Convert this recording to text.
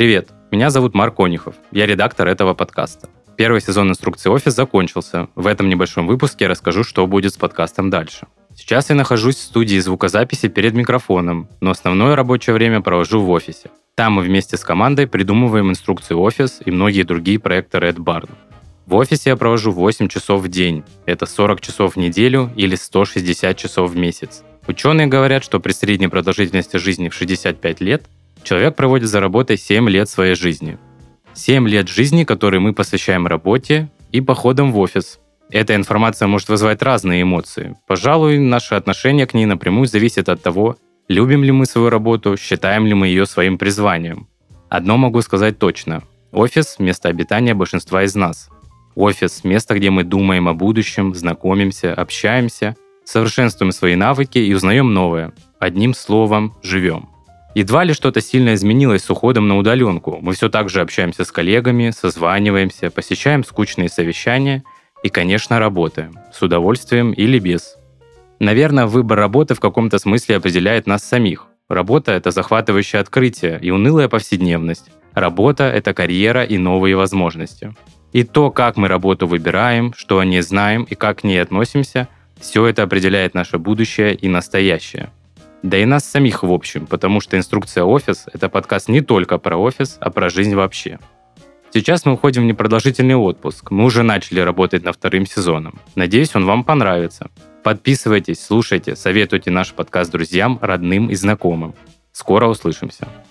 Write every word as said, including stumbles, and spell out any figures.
Привет, меня зовут Марк Конюхов, я редактор этого подкаста. Первый сезон инструкции «Офис» закончился. В этом небольшом выпуске я расскажу, что будет с подкастом дальше. Сейчас я нахожусь в студии звукозаписи перед микрофоном, но основное рабочее время провожу в офисе. Там мы вместе с командой придумываем инструкцию «Офис» и многие другие проекты Red Barn. В офисе я провожу восемь часов в день. Это сорок часов в неделю или сто шестьдесят часов в месяц. Ученые говорят, что при средней продолжительности жизни в шестьдесят пять лет человек проводит за работой семь лет своей жизни. семь лет жизни, которые мы посвящаем работе и походам в офис. Эта информация может вызывать разные эмоции. Пожалуй, наше отношение к ней напрямую зависит от того, любим ли мы свою работу, считаем ли мы ее своим призванием. Одно могу сказать точно. Офис – место обитания большинства из нас. Офис – место, где мы думаем о будущем, знакомимся, общаемся, совершенствуем свои навыки и узнаем новое. Одним словом, живем. Едва ли что-то сильно изменилось с уходом на удаленку. Мы все так же общаемся с коллегами, созваниваемся, посещаем скучные совещания и, конечно, работаем. С удовольствием или без. Наверное, выбор работы в каком-то смысле определяет нас самих. Работа — это захватывающее открытие и унылая повседневность. Работа — это карьера и новые возможности. И то, как мы работу выбираем, что о ней знаем и как к ней относимся, все это определяет наше будущее и настоящее. Да и нас самих в общем, потому что инструкция «Офис» — это подкаст не только про офис, а про жизнь вообще. Сейчас мы уходим в непродолжительный отпуск. Мы уже начали работать над вторым сезоном. Надеюсь, он вам понравится. Подписывайтесь, слушайте, советуйте наш подкаст друзьям, родным и знакомым. Скоро услышимся.